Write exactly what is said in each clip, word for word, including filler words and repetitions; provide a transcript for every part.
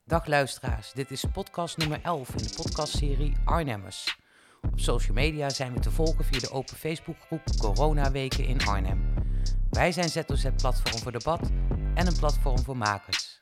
Dag luisteraars, dit is podcast nummer elf in de podcastserie Arnhemmers. Op social media zijn we te volgen via de open Facebookgroep Coronaweken in Arnhem. Wij zijn Z O Z-platform voor debat en een platform voor makers.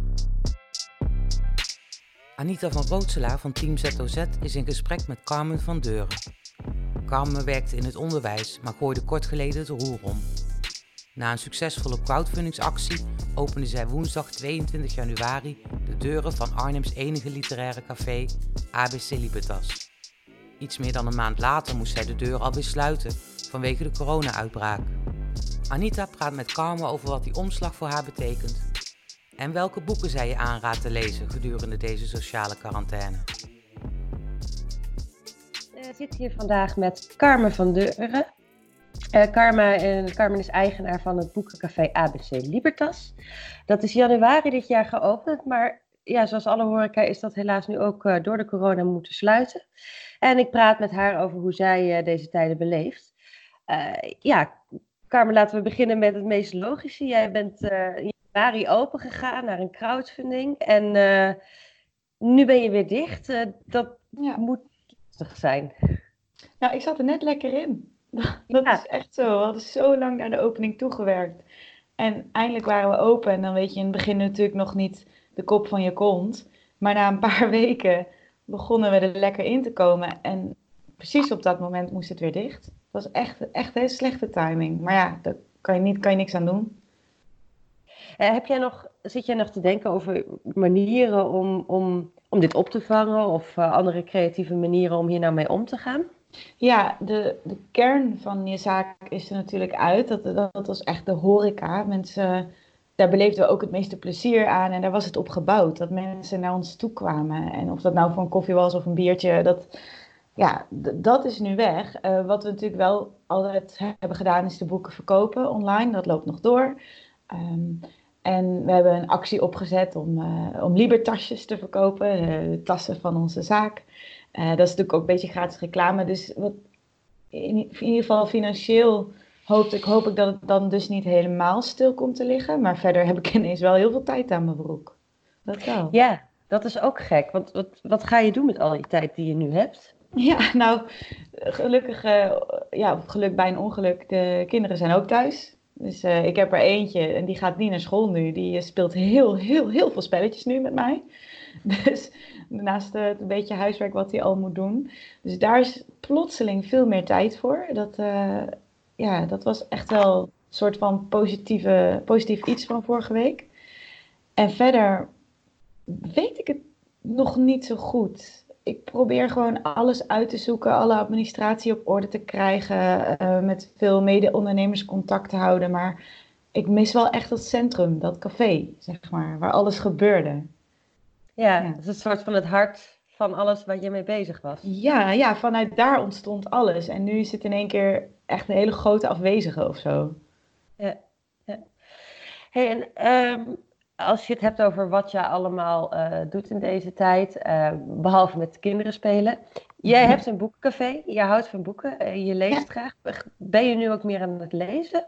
Anita van Rootselaar van Team Z O Z is in gesprek met Carmen van Deuren. Carmen werkte in het onderwijs, maar gooide kort geleden het roer om. Na een succesvolle crowdfundingsactie opende zij woensdag tweeëntwintig januari de deuren van Arnhems enige literaire café A B C Libertas. Iets meer dan een maand later moest zij de deur alweer sluiten vanwege de corona-uitbraak. Anita praat met Carmen over wat die omslag voor haar betekent en welke boeken zij je aanraadt te lezen gedurende deze sociale quarantaine. Ik zit hier vandaag met Carmen van Deuren. Uh, Carmen, uh, Carmen is eigenaar van het boekencafé A B C Libertas. Dat is januari dit jaar geopend, maar ja, zoals alle horeca is dat helaas nu ook uh, door de corona moeten sluiten. En ik praat met haar over hoe zij uh, deze tijden beleeft. Uh, ja, Carmen, laten we beginnen met het meest logische. Jij bent uh, in januari open gegaan naar een crowdfunding en uh, nu ben je weer dicht. Uh, dat ja. moet lastig zijn. Nou, ik zat er net lekker in. Dat ja. is echt zo. We hadden zo lang naar de opening toegewerkt. En eindelijk waren we open. En dan weet je in het begin natuurlijk nog niet de kop van je kont. Maar na een paar weken begonnen we er lekker in te komen. En precies op dat moment moest het weer dicht. Het was echt, echt een hele slechte timing. Maar ja, daar kan je, niet, kan je niks aan doen. Uh, heb jij nog, zit jij nog te denken over manieren om, om, om dit op te vangen? Of uh, andere creatieve manieren om hier nou mee om te gaan? Ja, de, de kern van je zaak is er natuurlijk uit. Dat, dat, dat was echt de horeca. Mensen, daar beleefden we ook het meeste plezier aan. En daar was het op gebouwd. Dat mensen naar ons toe kwamen. En of dat nou voor een koffie was of een biertje. Dat, ja, d- dat is nu weg. Uh, wat we natuurlijk wel altijd hebben gedaan is de boeken verkopen online. Dat loopt nog door. Um, en we hebben een actie opgezet om, uh, om Libertasjes te verkopen. Uh, de tassen van onze zaak. Uh, dat is natuurlijk ook een beetje gratis reclame. Dus wat, in, in ieder geval financieel hoop ik, hoop ik dat het dan dus niet helemaal stil komt te liggen. Maar verder heb ik ineens wel heel veel tijd aan mijn broek. Dat wel. Ja, dat is ook gek. Want wat, wat ga je doen met al die tijd die je nu hebt? Ja, nou, gelukkig, uh, ja, geluk bij een ongeluk. De kinderen zijn ook thuis. Dus uh, ik heb er eentje en die gaat niet naar school nu. Die uh, speelt heel, heel, heel veel spelletjes nu met mij. Dus naast uh, het een beetje huiswerk wat hij al moet doen. Dus daar is plotseling veel meer tijd voor. Dat, uh, ja, dat was echt wel een soort van positieve, positief iets van vorige week. En verder weet ik het nog niet zo goed. Ik probeer gewoon alles uit te zoeken, alle administratie op orde te krijgen, uh, met veel mede-ondernemers contact te houden. Maar ik mis wel echt het centrum, dat café, zeg maar, waar alles gebeurde. Ja, ja, dat is een soort van het hart van alles waar je mee bezig was. Ja, ja, vanuit daar ontstond alles. En nu is het in één keer echt een hele grote afwezige of zo. Ja, ja. Hey, en um, als je het hebt over wat je allemaal uh, doet in deze tijd, uh, behalve met kinderen spelen. Jij hebt een boekencafé, je houdt van boeken, uh, je leest ja. graag. Ben je nu ook meer aan het lezen?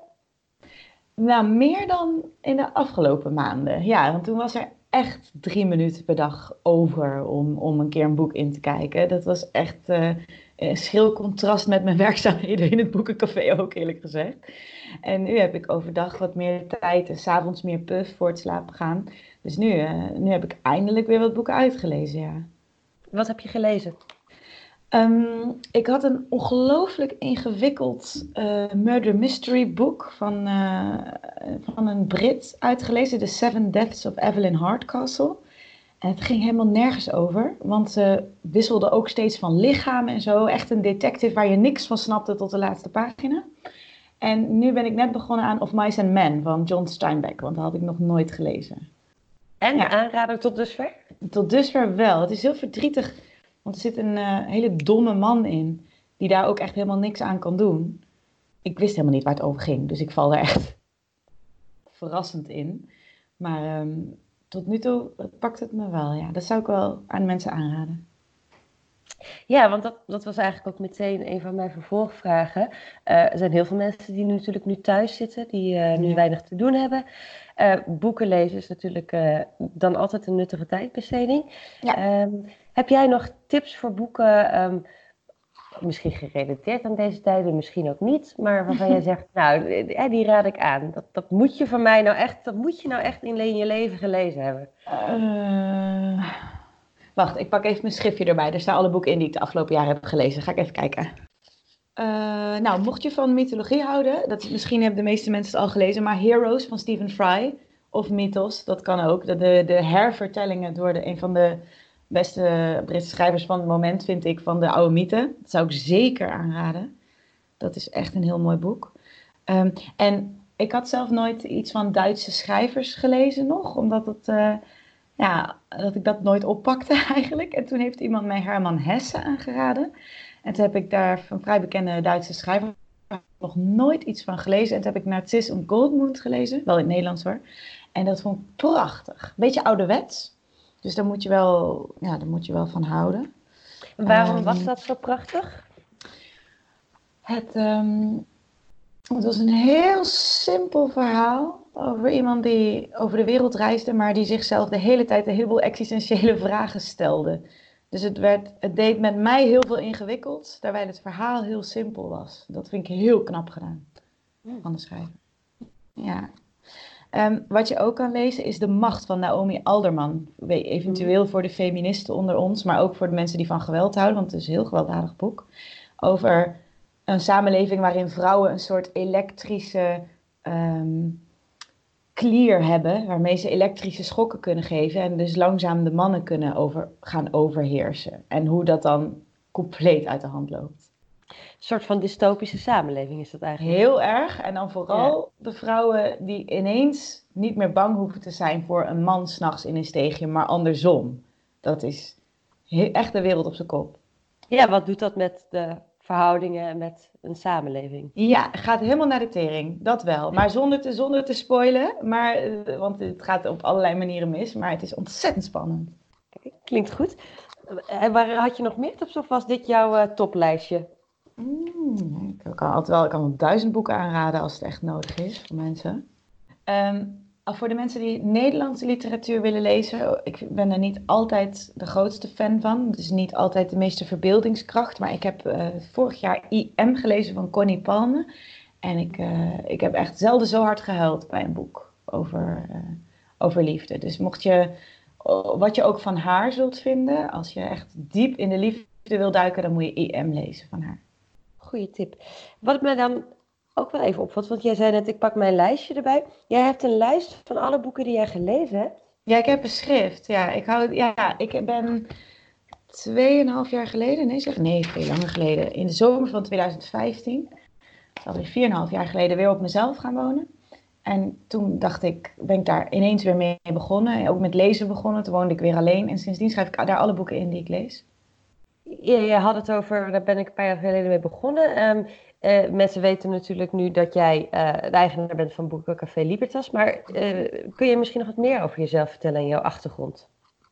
Nou, meer dan in de afgelopen maanden. Ja, want toen was er echt drie minuten per dag over om, om een keer een boek in te kijken. Dat was echt uh, een schril contrast met mijn werkzaamheden in het boekencafé ook, eerlijk gezegd. En nu heb ik overdag wat meer tijd en 's avonds meer puff voor het slapen gaan. Dus nu, uh, nu heb ik eindelijk weer wat boeken uitgelezen, ja. Wat heb je gelezen? Um, ik had een ongelooflijk ingewikkeld uh, murder mystery boek van, uh, van een Brit uitgelezen. The Seven Deaths of Evelyn Hardcastle. En het ging helemaal nergens over. Want ze wisselde ook steeds van lichamen en zo. Echt een detective waar je niks van snapte tot de laatste pagina. En nu ben ik net begonnen aan Of Mice and Men van John Steinbeck. Want dat had ik nog nooit gelezen. En ja. Aanrader tot dusver? Tot dusver wel. Het is heel verdrietig. Want er zit een uh, hele domme man in, die daar ook echt helemaal niks aan kan doen. Ik wist helemaal niet waar het over ging, dus ik val er echt verrassend in. Maar um, tot nu toe pakt het me wel, ja. Dat zou ik wel aan mensen aanraden. Ja, want dat, dat was eigenlijk ook meteen een van mijn vervolgvragen. Eh, er zijn heel veel mensen die nu natuurlijk nu thuis zitten, die eh, nu Ja. weinig te doen hebben. Eh, boeken lezen is natuurlijk eh, dan altijd een nuttige tijdbesteding. Ja. Ehm, heb jij nog tips voor boeken, ehm, misschien gerelateerd aan deze tijden, misschien ook niet, maar waarvan jij zegt, nou, eh, die raad ik aan. Dat, dat moet je van mij nou echt, dat moet je nou echt in le- je leven gelezen hebben. Eh, wacht, ik pak even mijn schriftje erbij. Er staan alle boeken in die ik de afgelopen jaren heb gelezen. Ga ik even kijken. Eh, nou, mocht je van mythologie houden, dat, misschien hebben de meeste mensen het al gelezen, maar Heroes van Stephen Fry, of Mythos, dat kan ook. De, de, de hervertellingen door de, een van de beste Britse schrijvers van het moment, vind ik, van de oude mythen. Dat zou ik zeker aanraden. Dat is echt een heel mooi boek. Um, en ik had zelf nooit iets van Duitse schrijvers gelezen nog, omdat het, uh, ja, dat ik dat nooit oppakte eigenlijk. En toen heeft iemand mij Herman Hesse aangeraden. En toen heb ik daar van vrij bekende Duitse schrijver nog nooit iets van gelezen. En toen heb ik Narcis und Goldmund gelezen, wel in het Nederlands hoor. En dat vond ik prachtig. Beetje ouderwets. Dus daar moet je wel, ja, daar moet je wel van houden. Waarom Um, was dat zo prachtig? Het, um, het was een heel simpel verhaal over iemand die over de wereld reisde, maar die zichzelf de hele tijd een heleboel existentiële vragen stelde. Dus het, werd, het deed met mij heel veel ingewikkeld, terwijl het verhaal heel simpel was. Dat vind ik heel knap gedaan van de schrijver. Ja. Um, wat je ook kan lezen is De Macht van Naomi Alderman. Eventueel voor de feministen onder ons, maar ook voor de mensen die van geweld houden, want het is een heel gewelddadig boek. Over een samenleving waarin vrouwen een soort elektrische um, klier hebben, waarmee ze elektrische schokken kunnen geven en dus langzaam de mannen kunnen over, gaan overheersen. En hoe dat dan compleet uit de hand loopt. Een soort van dystopische samenleving is dat eigenlijk. Heel erg. En dan vooral ja. de vrouwen die ineens niet meer bang hoeven te zijn voor een man 's nachts in een steegje, maar andersom. Dat is echt de wereld op zijn kop. Ja, wat doet dat met de verhoudingen en met een samenleving? Ja, het gaat helemaal naar de tering. Dat wel. Maar zonder te, zonder te spoilen. Maar, want het gaat op allerlei manieren mis. Maar het is ontzettend spannend. Klinkt goed. En waar had je nog meer tips of was dit jouw uh, toplijstje? Mm, ik kan altijd wel, ik kan wel duizend boeken aanraden als het echt nodig is voor mensen. Um, voor de mensen die Nederlandse literatuur willen lezen, ik ben er niet altijd de grootste fan van. Het is niet altijd de meeste verbeeldingskracht, maar ik heb uh, vorig jaar I M gelezen van Connie Palme. En ik, uh, ik heb echt zelden zo hard gehuild bij een boek over, uh, over liefde. Dus mocht je, uh, wat je ook van haar zult vinden, als je echt diep in de liefde wil duiken, dan moet je I M lezen van haar. Goeie tip. Wat mij dan ook wel even opvalt, want jij zei net, ik pak mijn lijstje erbij. Jij hebt een lijst van alle boeken die jij gelezen hebt? Ja, ik heb een schrift. Ja, ik, hou, ja, ik ben tweeënhalf jaar geleden, nee zeg, nee, veel langer geleden, in de zomer van twintig vijftien, alweer vier en een half jaar geleden, weer op mezelf gaan wonen. En toen dacht ik, ben ik daar ineens weer mee begonnen, ook met lezen begonnen. Toen woonde ik weer alleen en sindsdien schrijf ik daar alle boeken in die ik lees. Ja, je had het over, daar ben ik een paar jaar geleden mee begonnen. Um, uh, mensen weten natuurlijk nu dat jij uh, de eigenaar bent van Boekencafé Libertas. Maar uh, kun je misschien nog wat meer over jezelf vertellen en jouw achtergrond?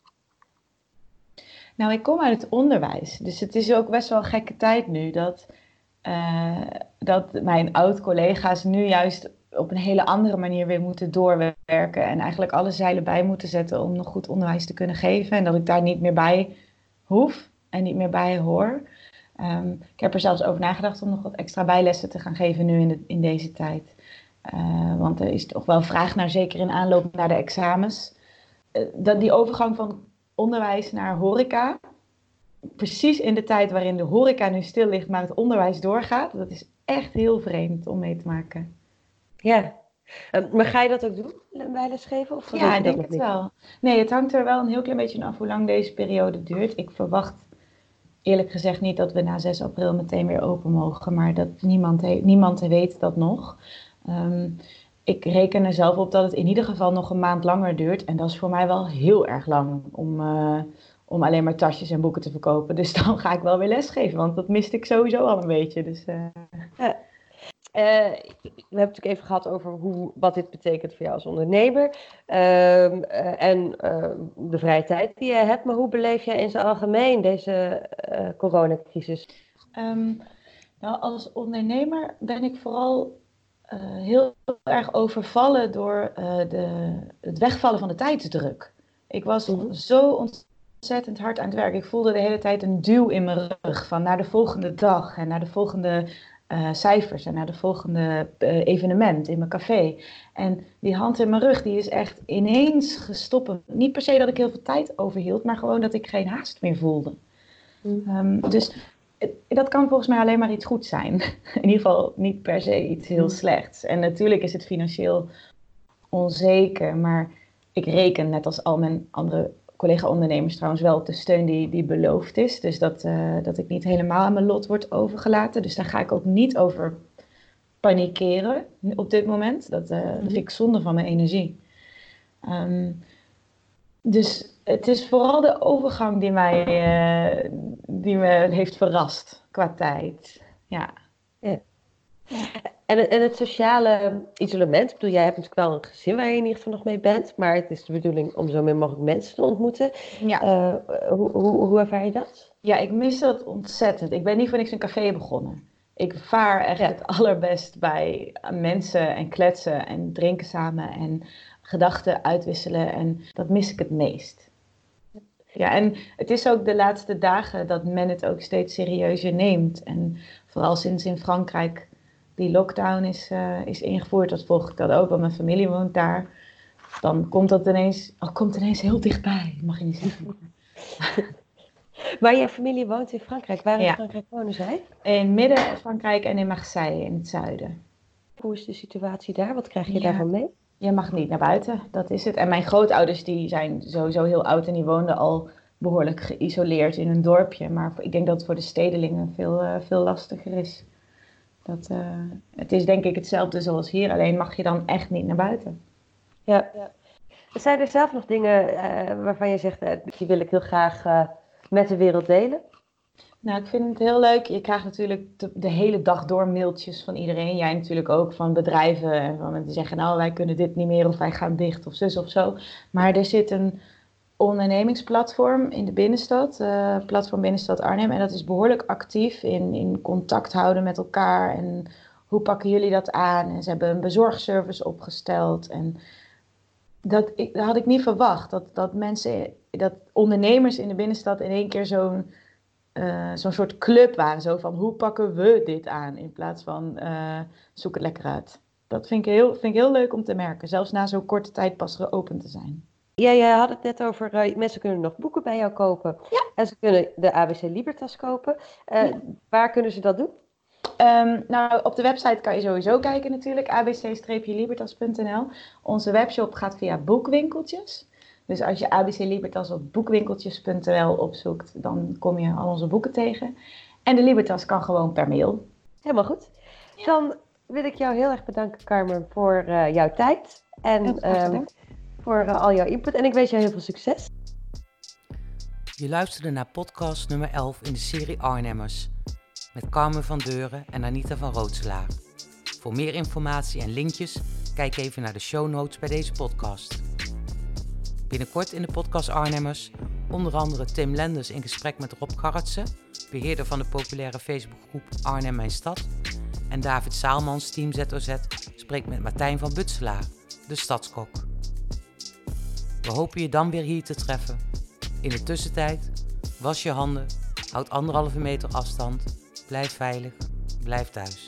Nou, ik kom uit het onderwijs. Dus het is ook best wel een gekke tijd nu dat, uh, dat mijn oud-collega's nu juist op een hele andere manier weer moeten doorwerken. En eigenlijk alle zeilen bij moeten zetten om nog goed onderwijs te kunnen geven. En dat ik daar niet meer bij hoef. En niet meer bij hoor. Um, ik heb er zelfs over nagedacht om nog wat extra bijlessen te gaan geven nu in, de, in deze tijd. Uh, want er is toch wel vraag naar, zeker in aanloop naar de examens. Uh, dat die overgang van onderwijs naar horeca. Precies in de tijd waarin de horeca nu stil ligt, maar het onderwijs doorgaat. Dat is echt heel vreemd om mee te maken. Ja. Uh, maar ga je dat ook doen? Bijles geven? Of ja, ik denk het niet? wel. Nee, het hangt er wel een heel klein beetje af hoe lang deze periode duurt. Ik verwacht eerlijk gezegd niet dat we na zes april meteen weer open mogen, maar dat niemand, he- niemand weet dat nog. Um, ik reken er zelf op dat het in ieder geval nog een maand langer duurt. En dat is voor mij wel heel erg lang om, uh, om alleen maar tasjes en boeken te verkopen. Dus dan ga ik wel weer lesgeven, want dat miste ik sowieso al een beetje. Dus, uh... ja. we hebben het natuurlijk even gehad over hoe, wat dit betekent voor jou als ondernemer. Uh, uh, en uh, de vrije tijd die je hebt. Maar hoe beleef jij in zijn algemeen deze uh, coronacrisis? Um, nou, als ondernemer ben ik vooral uh, heel erg overvallen door uh, de, het wegvallen van de tijdsdruk. Ik was mm-hmm. zo ontzettend hard aan het werk. Ik voelde de hele tijd een duw in mijn rug van naar de volgende dag en naar de volgende uh, cijfers en naar de volgende uh, evenement in mijn café. En die hand in mijn rug die is echt ineens gestopt. Niet per se dat ik heel veel tijd overhield, maar gewoon dat ik geen haast meer voelde. Mm. Um, dus dat kan volgens mij alleen maar iets goeds zijn. In ieder geval niet per se iets heel slechts. En natuurlijk is het financieel onzeker, maar ik reken net als al mijn andere collega-ondernemers trouwens wel op de steun die, die beloofd is. Dus dat, uh, dat ik niet helemaal aan mijn lot word overgelaten. Dus daar ga ik ook niet over panikeren op dit moment. Dat, uh, dat vind ik zonde van mijn energie. Um, dus het is vooral de overgang die mij, uh, die me heeft verrast qua tijd. Ja. Ja. Ja. En, en het sociale isolement, ik bedoel, jij hebt natuurlijk wel een gezin waar je in ieder geval nog mee bent, maar het is de bedoeling om zo min mogelijk mensen te ontmoeten. Ja. Uh, hoe, hoe, hoe ervaar je dat? Ja, ik mis dat ontzettend. Ik ben niet voor niks een café begonnen. Ik vaar echt ja. het allerbest bij mensen en kletsen en drinken samen en gedachten uitwisselen en dat mis ik het meest. Ja, en het is ook de laatste dagen dat men het ook steeds serieuzer neemt. En vooral sinds in Frankrijk die lockdown is, uh, is ingevoerd, dat volg ik dat ook, want mijn familie woont daar. Dan komt dat ineens, oh, komt ineens heel dichtbij, mag je niet zeggen. Maar je familie woont in Frankrijk. Waar in ja. Frankrijk wonen zij? In midden Frankrijk en in Marseille in het zuiden. Hoe is de situatie daar? Wat krijg je ja. daarvan mee? Je mag niet naar buiten, dat is het. En mijn grootouders die zijn sowieso heel oud en die woonden al behoorlijk geïsoleerd in een dorpje. Maar ik denk dat het voor de stedelingen veel, uh, veel lastiger is. Dat, uh, het is denk ik hetzelfde zoals hier, alleen mag je dan echt niet naar buiten. Ja. ja. Zijn er zelf nog dingen uh, waarvan je zegt, uh, die wil ik heel graag uh, met de wereld delen? Nou, ik vind het heel leuk. Je krijgt natuurlijk de, de hele dag door mailtjes van iedereen. Jij natuurlijk ook, van bedrijven. En van mensen die zeggen, nou, wij kunnen dit niet meer of wij gaan dicht of zus of zo. Maar er zit een ondernemingsplatform in de binnenstad, uh, platform Binnenstad Arnhem. En dat is behoorlijk actief in, in contact houden met elkaar. En hoe pakken jullie dat aan? En ze hebben een bezorgservice opgesteld. En dat, ik, dat had ik niet verwacht. Dat, dat mensen, dat ondernemers in de binnenstad in één keer zo'n Uh, zo'n soort club waren, zo van hoe pakken we dit aan in plaats van uh, zoek het lekker uit. Dat vind ik, heel, vind ik heel leuk om te merken, zelfs na zo'n korte tijd pas geopend te zijn. Ja, jij had het net over, uh, mensen kunnen nog boeken bij jou kopen. Ja. En ze kunnen de A B C Libertas kopen. Uh, ja. Waar kunnen ze dat doen? Um, nou, op de website kan je sowieso kijken natuurlijk, a b c libertas punt n l. Onze webshop gaat via boekwinkeltjes. Dus als je A B C Libertas op boekwinkeltjes punt n l opzoekt, dan kom je al onze boeken tegen. En de Libertas kan gewoon per mail. Helemaal goed. Ja. Dan wil ik jou heel erg bedanken, Carmen, voor uh, jouw tijd. En uh, voor uh, al jouw input. En ik wens jou heel veel succes. Je luisterde naar podcast nummer elf in de serie Arnhemmers. Met Carmen van Deuren en Anita van Rootselaar. Voor meer informatie en linkjes, kijk even naar de show notes bij deze podcast. Binnenkort in de podcast Arnhemmers, onder andere Tim Lenders in gesprek met Rob Garretsen, beheerder van de populaire Facebookgroep Arnhem Mijn Stad. En David Zaalmans, Team Z O Z, spreekt met Martijn van Butselaar, de stadskok. We hopen je dan weer hier te treffen. In de tussentijd, was je handen, houd anderhalve meter afstand, blijf veilig, blijf thuis.